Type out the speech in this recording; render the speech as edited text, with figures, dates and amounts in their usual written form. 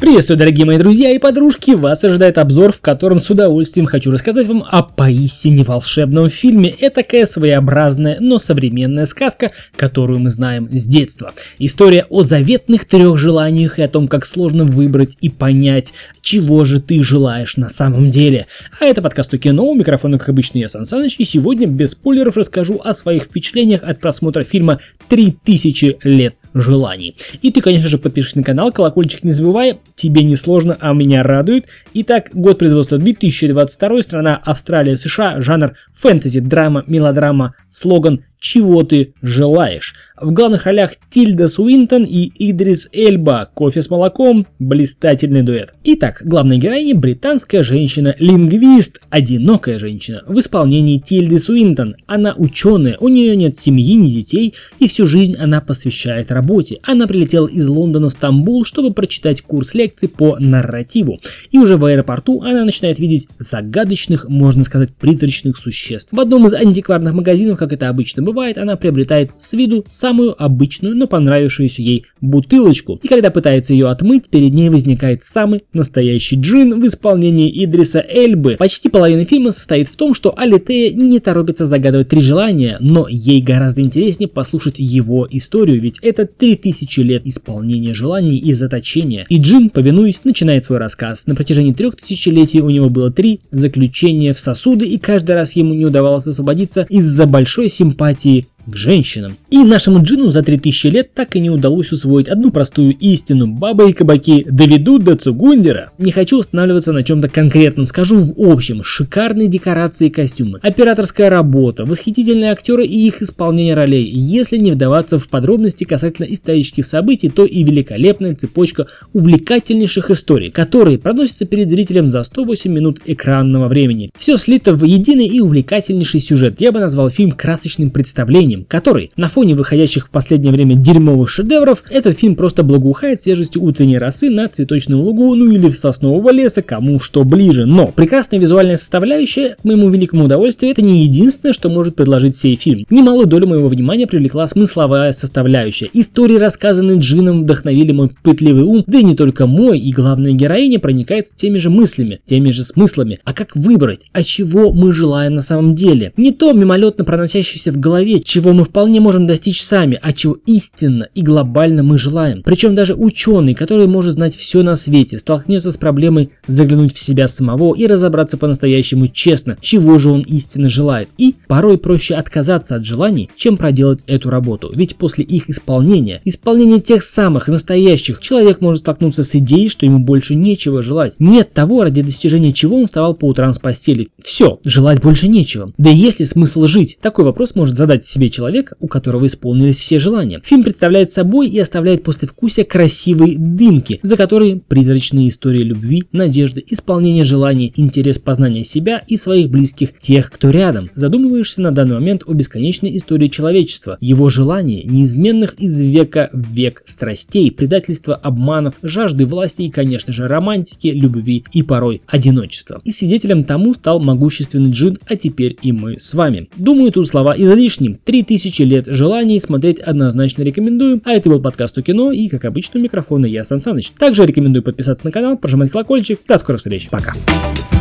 Приветствую, дорогие мои друзья и подружки, вас ожидает обзор, в котором с удовольствием хочу рассказать вам о поистине волшебном фильме. Это такая своеобразная, но современная сказка, которую мы знаем с детства. История о заветных 3 желаниях и о том, как сложно выбрать и понять, чего же ты желаешь на самом деле. А это подкаст о кино, у микрофона, как обычно, я Сан Саныч, и сегодня без спойлеров расскажу о своих впечатлениях от просмотра фильма «3000 лет желаний». И ты, конечно же, подпишись на канал, колокольчик не забывай, тебе не сложно, а меня радует. Итак, год производства 2022, страна Австралия, США, жанр фэнтези, драма, мелодрама, слоган «Чего ты желаешь?». В главных ролях Тильда Суинтон и Идрис Эльба. Кофе с молоком, блистательный дуэт. Итак, главная героиня британская женщина-лингвист, одинокая женщина, в исполнении Тильды Суинтон. Она ученая, у нее нет семьи, ни детей, и всю жизнь она посвящает работе. Она прилетела из Лондона в Стамбул, чтобы прочитать курс лекций по нарративу. И уже в аэропорту она начинает видеть загадочных, можно сказать, призрачных существ. В одном из антикварных магазинов, как это обычно бывает, она приобретает с виду самую обычную, но понравившуюся ей бутылочку. И когда пытается ее отмыть, перед ней возникает самый настоящий джин в исполнении Идриса Эльбы. Почти половина фильма состоит в том, что Алитея не торопится загадывать 3 желания, но ей гораздо интереснее послушать его историю, ведь это 3000 лет исполнения желаний и заточения. И джин, повинуясь, начинает свой рассказ. На протяжении 3 тысячелетий у него было 3 заключения в сосуды, и каждый раз ему не удавалось освободиться из-за большой симпатии к женщинам. И нашему джину за 3000 лет так и не удалось усвоить одну простую истину: бабы и кабаки доведут до Цугундера. Не хочу останавливаться на чем-то конкретном, скажу в общем: шикарные декорации и костюмы, операторская работа, восхитительные актеры и их исполнение ролей. Если не вдаваться в подробности касательно исторических событий, то и великолепная цепочка увлекательнейших историй, которые проносятся перед зрителем за 108 минут экранного времени. Все слито в единый и увлекательнейший сюжет. Я бы назвал фильм красочным представлением, который на фоне выходящих в последнее время дерьмовых шедевров, этот фильм просто благоухает свежестью утренней росы на цветочном лугу, ну или в соснового леса, кому что ближе. Но прекрасная визуальная составляющая, к моему великому удовольствию, это не единственное, что может предложить сей фильм. Немалую долю моего внимания привлекла смысловая составляющая. Истории, рассказанные джином, вдохновили мой пытливый ум, да и не только мой, и главная героиня проникается теми же мыслями, теми же смыслами. А как выбрать? А чего мы желаем на самом деле? Не то мимолетно проносящееся в голове, чего мы вполне можем достичь сами, а чего истинно и глобально мы желаем. Причем даже ученый, который может знать все на свете, столкнется с проблемой заглянуть в себя самого и разобраться по-настоящему честно, чего же он истинно желает. И порой проще отказаться от желаний, чем проделать эту работу. Ведь после их исполнения тех самых настоящих, человек может столкнуться с идеей, что ему больше нечего желать. Нет того, ради достижения чего он вставал по утрам с постели. Все, желать больше нечего. Да и есть ли смысл жить? Такой вопрос может задать себе человек, у которого исполнились все желания. Фильм представляет собой и оставляет послевкусие красивой дымки, за которой призрачные истории любви, надежды, исполнение желаний, интерес познания себя и своих близких, тех, кто рядом. Задумываешься на данный момент о бесконечной истории человечества, его желаний, неизменных из века в век страстей, предательства, обманов, жажды власти и, конечно же, романтики, любви и порой одиночества. И свидетелем тому стал могущественный джин, а теперь и мы с вами. Думаю, тут слова излишни. 3000 лет желаний смотреть однозначно рекомендую. А это был подкаст о кино, и, как обычно, у микрофона я, Сан Саныч. Также рекомендую подписаться на канал, прожимать колокольчик. До скорых встреч. Пока.